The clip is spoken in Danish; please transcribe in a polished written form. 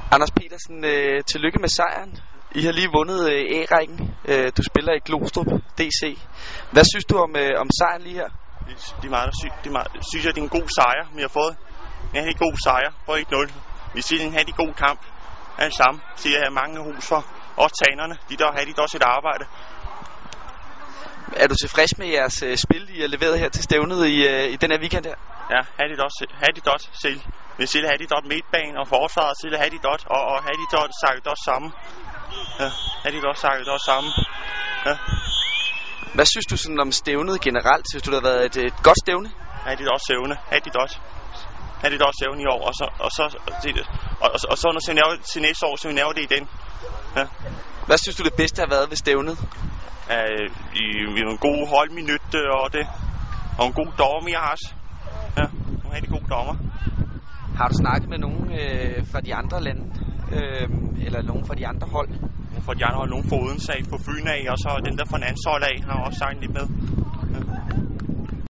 Anders Petersen, tillykke med sejren. I har lige vundet A-rækken. Du spiller i Glostrup DC. Hvad synes du om sejren lige her? Det er meget sygt. Synes jeg, det er en god sejr, vi har fået. En rigtig god sejr på 1-0. Vi siger, det er en rigtig god kamp. Alle sammen. Så jeg har mange hus for. Også trænerne. De der har også et arbejde. Er du tilfreds med jeres spil, I har leveret her til stævnet i den her weekend her? Ja, have det godt selv. Vi siger, have det godt midtbanen og forsvaret, så have det godt, og have det godt sagt også sammen. Ja, have det godt sagt også sammen. Ja. Hvad synes du sådan om stævnet generelt? Synes du, det har været et godt stævne? Have det også stævne, have det godt. Have det også stævne i år, og så når til næste år, så vi laver det igen. Ja. Hvad synes du det bedste har været ved stævnet? Vi har en god holdminut og det. Og en god dommer, vi har også. Ja, nogle rigtig gode dommer. Har du snakket med nogen fra de andre lande? Eller nogen fra de andre hold? Fra de andre hold, nogen fra Odense af, på Fyn af, og så den der fra Nanshold af, har også sagt lidt med.